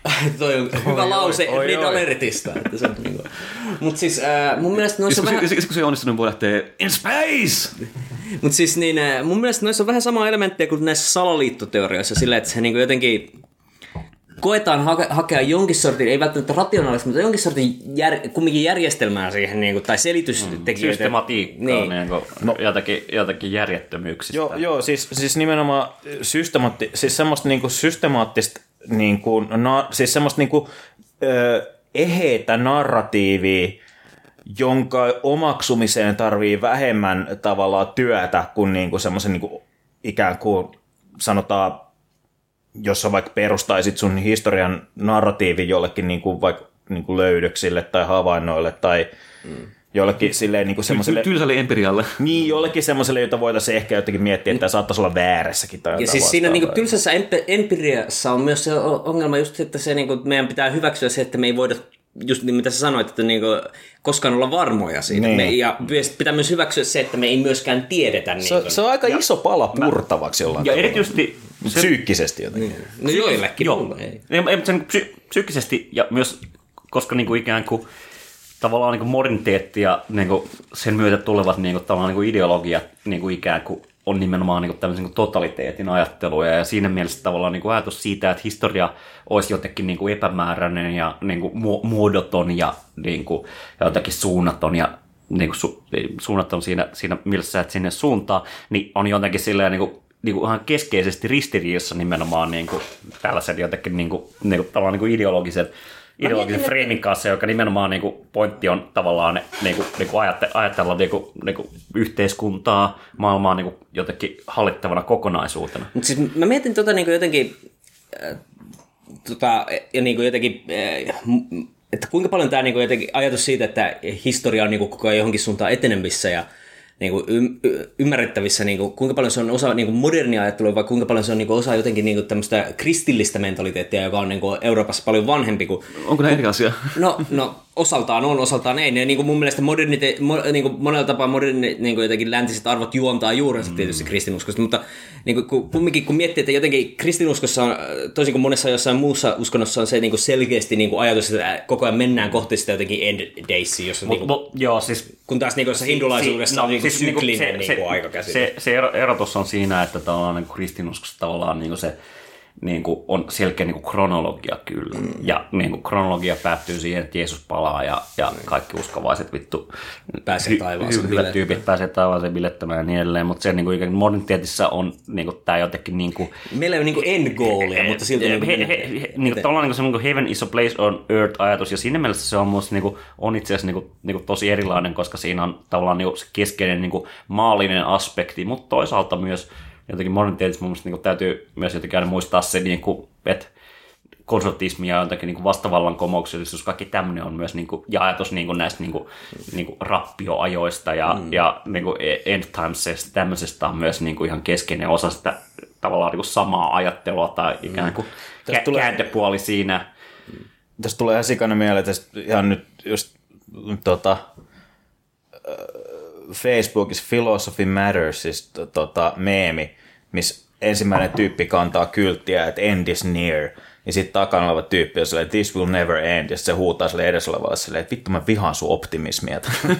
Toi on hyvä lause Red Alertista. Niin mutta siis mun mielestä noissa on vähän... Kun se onnistunut, niin voi lähteä in space! Mutta siis niin, mun mielestä noissa on vähän sama elementtejä kuin näissä salaliittoteorioissa, sillä että se niin jotenkin koetaan hakea jonkin sortin, ei välttämättä rationaalista, mutta jonkin sortin kumminkin järjestelmää siihen, niin kuin, tai selitystekijöitä. Systematiikkaa, niin jotakin järjettömyyksistä. Joo, siis nimenomaan siis semmoista niinku systemaattista, niinku, siis semmoista niinku, eheetä narratiivia, jonka omaksumiseen tarvii vähemmän tavallaan työtä kuin niinku semmoisen niinku, ikään kuin sanotaan, jos sä vaikka perustaisit sun historian narratiivin jollekin niinku, vaikka niinku löydöksille tai havainnoille tai jollekin silleen niinku semmoiselle... Tylsälle empirialle. Niin, jollekin semmoiselle, jota voitaisiin ehkä jotenkin miettiä, että tämä saattaisi olla väärässäkin. Tai ja siis siinä niinku tylsässä empiriassa on myös se ongelma just, että se, niinku, meidän pitää hyväksyä se, että me ei voida, just niin mitä sä sanoit, että niinku, koskaan olla varmoja siitä. Niin. Ja pitää myös hyväksyä se, että me ei myöskään tiedetä. Niinku. Se on aika iso pala purtavaksi jollain. Ja erityisesti... Psyykkisesti jotenkin. No joillekin. Joo, psyykkisesti ja myös, koska niinku ikään kuin tavallaan niinku moderniteetti ja niinku sen myötä tulevat niinku tavallaan niinku ideologiat niinku ikään kuin on nimenomaan niinku tämmöisen niinku totaliteetin ajatteluja ja siinä mielessä tavallaan niinku ajatus siitä, että historia olisi jotenkin niinku epämääräinen ja niinku muodoton ja niinku jotenkin suunnaton ja niinku suunnaton siinä mielessä, että sinne suuntaan, niin on jotenkin silleen niinku ihan keskeisesti ristiriidassa nimenomaan niinku tällaisen jotenkin niinku tavallaan niinku ideologisen freimin kanssa, joka nimenomaan niinku pointti on tavallaan niinku ajatella niinku yhteiskuntaa, maailmaa niinku jotenkin hallittavana kokonaisuutena. Mutta siis mä mietin niinku jotenkin ja niinku jotenkin että kuinka paljon tämä niinku jotenkin ajatus siitä, että historia on niinku koko ajan johonkin suuntaan etenemissä ja niinku ymmärrettävissä, niinku, kuinka paljon se on osa niinku modernia ajattelua vai kuinka paljon se on niinku osa jotenkin niinku tämmöistä kristillistä mentaliteettia, joka on niinku Euroopassa paljon vanhempi kuin... Onko nämä eri asia? No osaltaan on, osaltaan ei. Ne, niinku mun mielestä niinku monella tapaa moderni niinku jotenkin läntiset arvot juontaa juurensa tietysti kristinuskosta, mutta niinku, kumminkin kun miettii, että jotenkin kristinuskossa on, toisin kuin monessa jossain muussa uskonnossa on se niinku selkeästi niinku ajatus, että koko ajan mennään kohti sitä jotenkin end daysia, jossa niinku, joo, siis, kun taas niinku hindulaisuudessa on niinku syklinen niinku aikakäsite. Se erotus on siinä, että tavallaan niinku kristinuskossa tavallaan niinku se niinku on selkeä niinku kronologia kyllä. Ja niinku kronologia päättyy siihen, että Jeesus palaa ja kaikki uskovaiset vittu pääsee taivaaseen hyvät tyypit pääsee taivaaseen bilettämään ja niin edelleen, mutta se niinku ikään kuin moderniteetissä on niinku tää jotenkin niinku meillä ei ole niinku end goalia, mutta silti niinku tavallaan niinku se niinku heaven is a place on earth -ajatus ja siinä mielessä se on musta niinku on itse asiassa niinku tosi erilainen, koska siinä on tavallaan niinku se keskeinen niinku maallinen aspekti, mutta toisaalta myös jotenkin moderniteetissä mun mielestä niin täytyy myös jotenkin aina muistaa se, niin kuin, että konservatismi ja jotenkin niin vastavallankumouksellisuus, kaikki tämmöinen on myös, niin kuin, ja ajatus niin kuin näistä niin kuin rappioajoista ja niin kuin end timesista, tämmöisestä on myös niin kuin ihan keskeinen osa sitä tavallaan niin kuin samaa ajattelua tai ikään kuin kääntöpuoli siinä. Tässä tulee ihan sikana mieleen, että ihan nyt just Facebookissa Philosophy Matters, siis meemi, missä ensimmäinen tyyppi kantaa kylttiä, että end is near, ja sitten takana oleva tyyppi on silleen, this will never end, ja se huutaa sille edessä olevalle silleen, että vittu mä vihaan sun optimismia.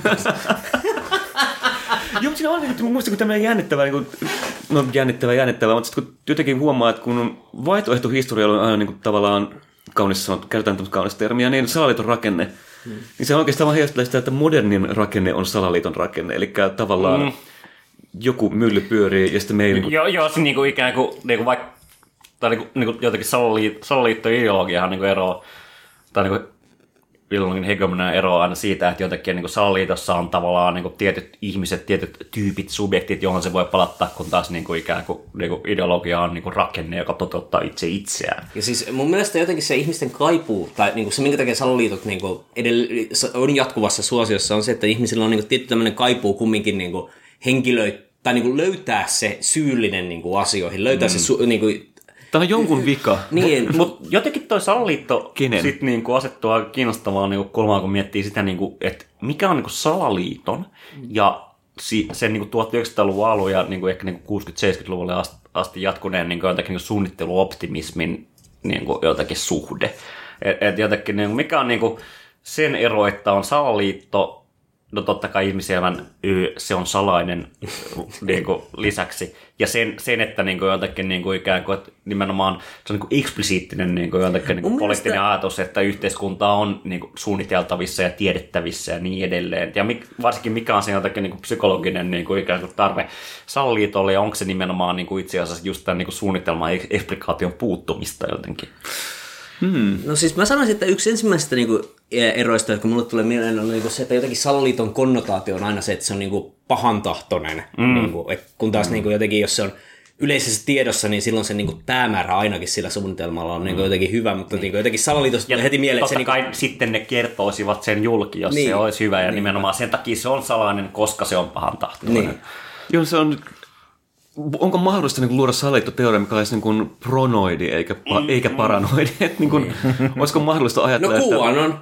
Joo, mutta siinä on mun mielestä kun tämmöinen jännittävää, mutta sitten kun jotenkin huomaa, että kun on vaihtoehtohistorialla on aina niin kuin tavallaan käytetään tämmöistä kaunista termiä, niin salaliiton rakenne, niin se oikeastaan heijastelee sitä, että modernin rakenne on salaliiton rakenne, eli tavallaan joku mylly pyörii ja sitten me ei... Joo, se niinku ikään kuin vaikka, tai niinku jotenkin salaliitto-ideologiahan niinku eroaa, tai niinku ideologin hegemonia eroaa aina siitä, että jotenkin niinku salaliitossa on tavallaan niinku tietyt ihmiset, tietyt tyypit, subjektit, johon se voi palattaa, kun taas niinku ikään kuin niinku ideologia on niinku rakenne, joka toteuttaa itseään. Ja siis mun mielestä jotenkin se ihmisten kaipuu, tai niinku se minkä takia salaliitot niinku on jatkuvassa suosiossa, on se, että ihmisillä on niinku tietty tämmöinen kaipuu kumminkin niinku tai niinku löytää se syyllinen niinku asioihin, löytää se niinku... Tämä on jonkun vika. Niin, mutta jotenkin toi salaliitto sit niinku asettua kiinnostavaa niinku kulmaa, kun miettii sitä, niinku, että mikä on niinku salaliiton ja sen niinku 1900-luvun alun ja niinku ehkä niinku 60-70-luvulle asti jatkuneen niinku jotenkin niinku suunnitteluoptimismin niin kuin jotenkin suhde. Et jotenkin, niin kuin, mikä on niin kuin sen ero, että on salaliitto, no totta kai ihmiselämän se on salainen niin kuin, lisäksi. Ja sen että niin kuin, jotenkin niin kuin, ikään kuin, että nimenomaan se on niin kuin eksplisiittinen niin kuin, jotenkin, niin kuin, poliittinen ajatus, että yhteiskunta on niin kuin, suunniteltavissa ja tiedettävissä ja niin edelleen. Ja varsinkin mikä on se jotenkin niin kuin, psykologinen niin kuin, ikään kuin tarve salaliitolle ja onko se nimenomaan niin kuin, itse asiassa just tämän niin kuin, suunnitelman eksplikaation puuttumista jotenkin. No siis mä sanoisin, että yksi ensimmäisistä niinku eroista, jotka mulle tulee mieleen, on niinku se, että jotenkin salaliiton konnotaatio on aina se, että se on niinku pahantahtoinen. Niinku, kun taas niinku jotenkin, jos se on yleisessä tiedossa, niin silloin se niinku päämäärä ainakin sillä suunnitelmalla on niinku jotenkin hyvä, mutta niinku jotenkin salaliitosta tulee heti mieleen. Totta kai sitten ne kertoisivat sen julki, jos se olisi hyvä, ja nimenomaan sen takia se on salainen, koska se on pahantahtoinen. Niin. Joo, se on... Onko mahdollista niin luoda salaliittoteoria, mikä olisi niin pronoidi eikä paranoidi? Olisiko mahdollista ajatella, että... No QAnon.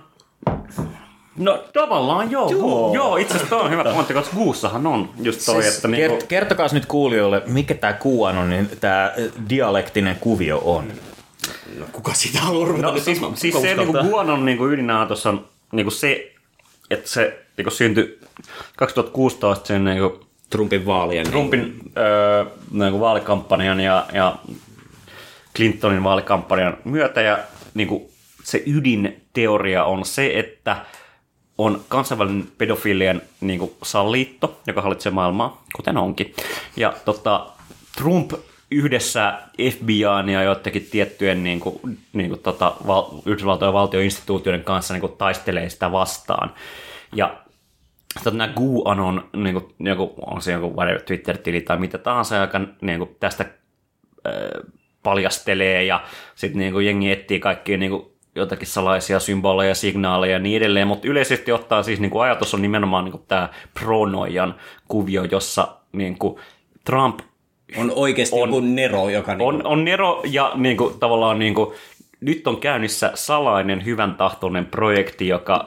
No tavallaan joo. Joo, itse asiassa toi on hyvä pointti, koska Goossahan on just toi, siis, että... Niinku... Kertokaa nyt kuulijoille, mikä tämä QAnon, niin tämä dialektinen kuvio on. No kuka sitä haluaa ruveta nyt siis se niinku QAnon niinku ydinajatus on niinku se, että se niinku syntyi 2016 sen niinku... Trumpin vaalien. Trumpin niin vaalikampanjan ja Clintonin vaalikampanjan myötä. Ja niin kuin se ydinteoria on se, että on kansainvälinen pedofilien niin kuin salaliitto, joka hallitsee maailmaa, kuten onkin. Ja Trump yhdessä FBI:n ja joidenkin tiettyjen Yhdysvaltojen valtioinstituutioiden kanssa niin kuin taistelee sitä vastaan. Ja nämä QAnon, on se joku Twitter-tili tai mitä tahansa, joka tästä paljastelee ja sitten jengi etsii kaikkia jotakin salaisia symboleja, signaaleja ja niin edelleen, mutta yleisesti ottaen siis ajatus on nimenomaan tämä pronoijan kuvio, jossa Trump on oikeasti joku Nero, joka... On Nero ja tavallaan nyt on käynnissä salainen hyvän tahtoinen projekti, joka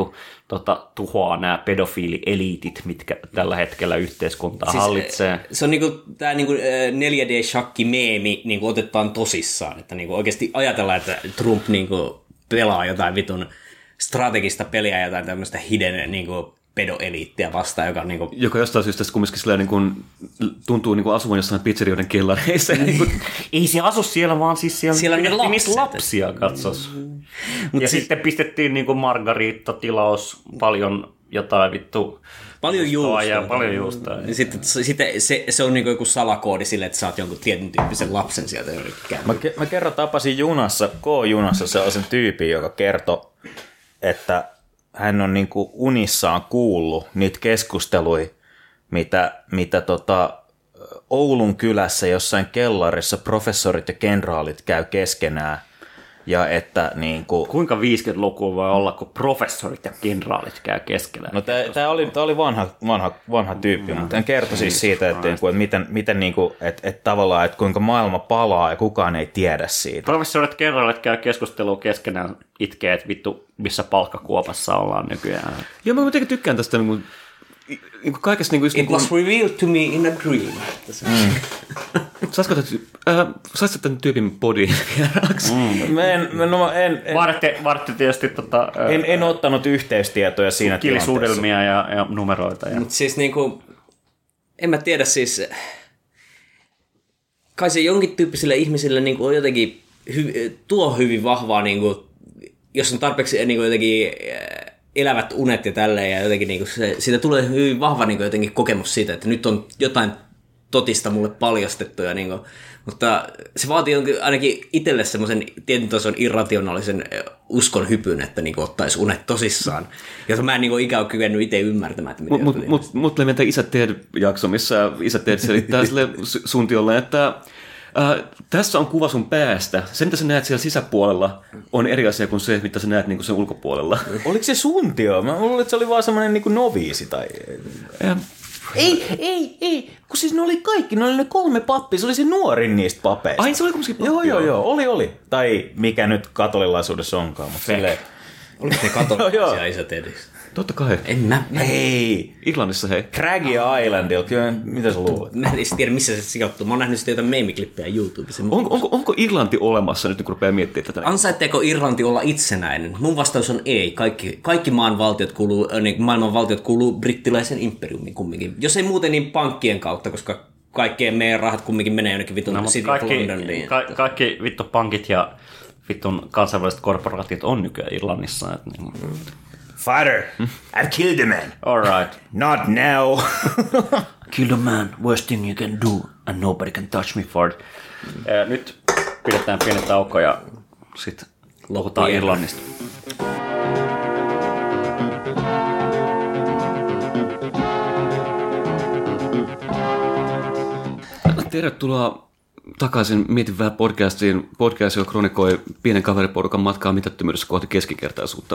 tuhoaa nämä pedofiilieliitit, mitkä tällä hetkellä yhteiskuntaa siis, hallitsee. Se on tämä 4D-shakki-meemi otetaan tosissaan, että oikeasti ajatellaan, että Trump pelaa jotain vitun strategista peliä, jotain tämmöistä hidden pedoeliittiä vastaan, joka jostain syystä kumminkin tuntuu asuvan jossain pizzerioiden kellareissa. Ei se asu siellä, vaan siis siellä niitä lapsia katsos. Ja sitten pistettiin margariitta-tilaus, paljon jotain vittu. Paljon juustoa. Ja paljon juustoa. Ja sitten se on joku salakoodi sille, että saat jonkun tietyn tyyppisen lapsen sieltä. Mä kerran tapasin K-junassa sellaisen tyypin, joka kertoi, että hän on unissaan kuullut niitä keskusteluja, mitä Oulun kylässä jossain kellarissa professorit ja kenraalit käy keskenään. Ja että Kuinka 50-lukua voi olla, kun professorit ja kenraalit käy keskenään? No tämä oli vanha tyyppi, mutta hän kertoi siis siitä, että miten että tavallaan, että kuinka maailma palaa ja kukaan ei tiedä siitä. Professorit ja kenraalit käy keskustelua keskenään, itkee, että vittu missä palkkakuopassa ollaan nykyään. Joo, mä jotenkin tykkään tästä kaikesta It was revealed to me in a dream. Saisitko tämän tyypin body vieraksi? Vartte tietysti en ottanut yhteystietoja siinä tilanteessa. Kilisuudelmia ja numeroita. Mutta siis en mä tiedä siis, kai se jonkin tyyppisille ihmisille on jotenkin tuo hyvin vahvaa, jos on tarpeeksi jotenkin elävät unet ja tälleen, ja jotenkin siitä tulee hyvin vahva jotenkin kokemus siitä, että nyt on jotain totista mulle paljastettu, mutta se vaatii ainakin itselle semmoisen tietyn tason irrationaalisen uskon hypyn, että ottaisi unet tosissaan, jota mä en ikään kyennyt itse ymmärtämään. Mut tuli meidän Isä Ted-jakso, missä Isä Ted selittää sille suuntiolle, että tässä on kuva sun päästä. Se, mitä sä näet siellä sisäpuolella, on eri asia kuin se, mitä sä näet sen ulkopuolella. Oliko se suuntio? Mä luulen, että se oli vaan semmoinen noviisi tai... Ei, kun siis ne oli kaikki, ne oli ne 3 pappia, se oli se nuorin niistä papeista. Ai, se oli kumminkin pappi? Joo, oli. Tai mikä nyt katolilaisuudessa onkaan, mutta silleen... Oliko ne katolilaisia Isä Tedissä? Totta kai. En mä Hei! Irlannissa hei. Craggy Island, kyllä, mitä sä luulet? en edes tiedä, missä se sijoittuu. Mä oon nähnyt sitten jotain meemiklippejä YouTubessa. Onko Irlanti olemassa nyt, kun rupeaa miettimään tätä? Ansaitteeko Irlanti olla itsenäinen? Mun vastaus on ei. Kaikki maan valtiot kuuluu, maailman valtiot kuuluu brittiläisen imperiumiin kumminkin. Jos ei muuten, niin pankkien kautta, koska kaikkien meidän rahat kumminkin menee jonnekin vitun City of Londoniin. Kaikki vittu pankit ja vittun kansainväliset korporaatiot on nykyään Irlannissa. Niin. Fighter, I've killed a man. All right. Not now. Kill the man, worst thing you can do, and nobody can touch me for it. Nyt pidetään pieni tauko ja sitten puhutaan Irlannista. Tervetuloa takaisin Mietin vähän podcastiin. Podcast, joka kronikoi pienen kaveriporukan matkaa mitättömyydessä kohti keskikertaisuutta.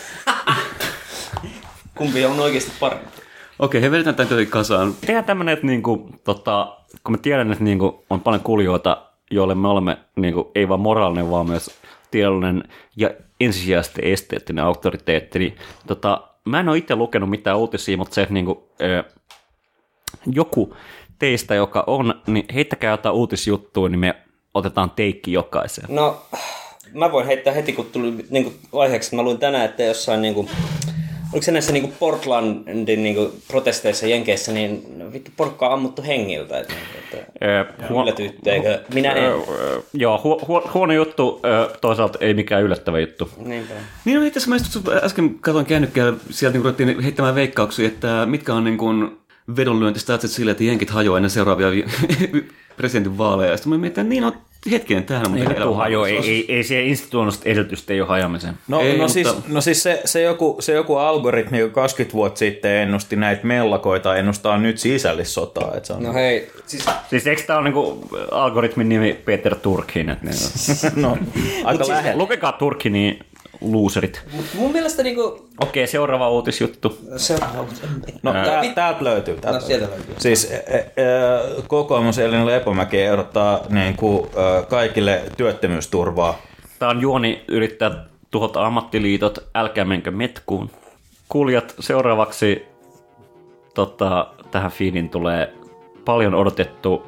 Kumpi on oikeasti parempi? Okei, he vedetään tämän jotenkin kasaan. Tehdään tämmöinen, että kun mä tiedän, että on paljon kuulijoita, joille me olemme ei vaan moraalinen, vaan myös tiedollinen ja ensisijaisesti esteettinen auktoriteetti. Niin, mä en ole itse lukenut mitään uutisia, mutta se, joku teistä, joka on, niin heittäkää jotain uutisjuttua, niin me otetaan teikki jokaiseen. No, mä voin heittää heti, kun tuli aiheeksi. Mä luin tänään, että jossain, oliko se näissä Portlandin protesteissa Jenkeissä, niin vittu porukkaa on ammuttu hengiltä. Yllätytteekö? Minä en. Joo, huono juttu, toisaalta ei mikään yllättävä juttu. Niinpä. Niin no, itse asiassa mä äsken katsoin kännykkää, sieltä ruvettiin heittämään veikkauksia, että mitkä on vedonlyöntistatsit sille, että jenkit hajoaa ennen seuraavia presidentinvaaleja. Ja sitten mä mietin, että niin on hetkinen tähän. Ei siihen instituutioista edellytystä ei ole hajamiseen. Se joku algoritmi, joka 20 vuotta sitten ennusti näitä mellakoita, ennustaa nyt sisällissotaa. Että se on... No hei. Siis eikö tämä ole algoritmin nimi Peter Turkin? No, aika lähellä. Lukekaa Turkinin loserit. Mun mielestä Okei, seuraava uutisjuttu. No, täältä löytyy. Sieltä löytyy. Siis kokoomus Elina Lepomäki ehdottaa kaikille työttömyysturvaa. Tämä on juoni yrittää tuhota ammattiliitot, älkää menkö metkuun. Kuulijat, seuraavaksi tähän feedin tulee paljon odotettu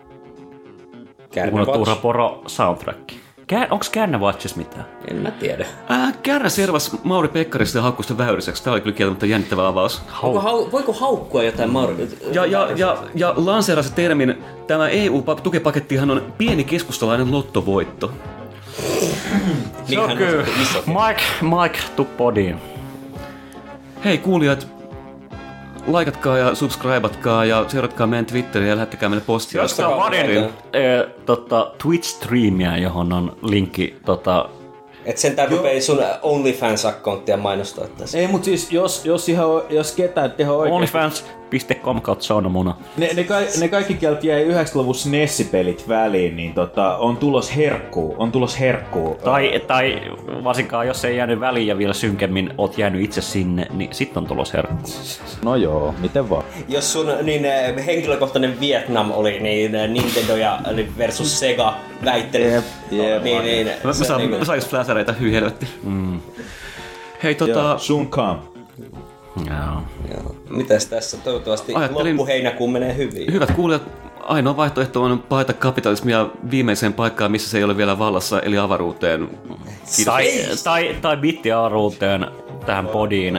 Uno Poro soundtrack. Onko Kärnävatsis mitään? En mä tiedä. Kärnä servasi Mauri Pekkarista ja haukkuista Väyryseksi. Tämä oli kyllä kieltämättä jännittävä avaus. Voiko haukkua jotain Mauri? Ja lanseerasi termin, tämä EU-tukipakettihan on pieni keskustalainen lottovoitto. Se on kyllä. Mike to podiin. Hei kuulijat, laikatkaa ja subscribeatkaa ja seuratkaa meidän Twitteriä ja lähettäkää meille postia. Jos on Vadin Twitch-streamia, johon on linkki et sentään rupei sun OnlyFans-akkonttia mainostaa tässä. Ei, mutta siis jos ketään tehdä oikein... OnlyFans.com kautta saunamuna. Ne kaikki keltä jäi 90-luvun SNES-pelit väliin, niin on tulos herkkuu. Tai varsinkaan jos ei jäänyt väliin ja vielä synkemmin oot jäänyt itse sinne, niin sitten on tulos herkkuu. No joo, miten vaan. Jos sun henkilökohtainen Vietnam oli niin Nintendo versus Sega väittely. Niin, mä sais fläsäreitä helvetti. Hei soon come. Joo. Mitäs tässä? Toivottavasti loppuheinäkuun menee hyvin. Hyvät kuulijat, ainoa vaihtoehto on paeta kapitalismia viimeiseen paikkaan, missä se ei ole vielä vallassa, eli avaruuteen. Tai bittiavaruuteen tähän podiin.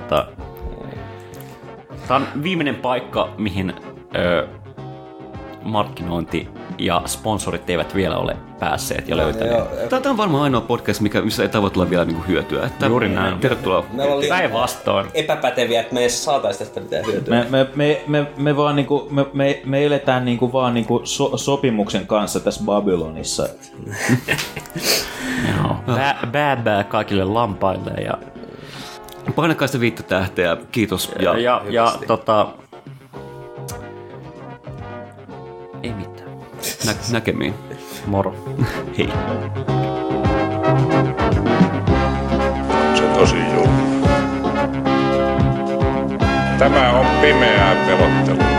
Tämä on viimeinen paikka, mihin markkinointi ja sponsorit eivät vielä ole päässeet ja löytäneet. Tämä on varmaan ainoa podcast, missä ei tavoitella vielä hyötyä. Juuri näin. Tervetuloa. Päinvastoin. Epäpäteviä, että me ei saataisi tästä mitään hyötyä. Me eletään vaan sopimuksen kanssa tässä Babylonissa. Joo. Bää kaikille lampaille. Ja... Painakaa sitä 5 tähteä. Kiitos. Ei mitään. Näkemiin. Moro. Hei. Se tosi julma. Tämä on pimeää pelottelua.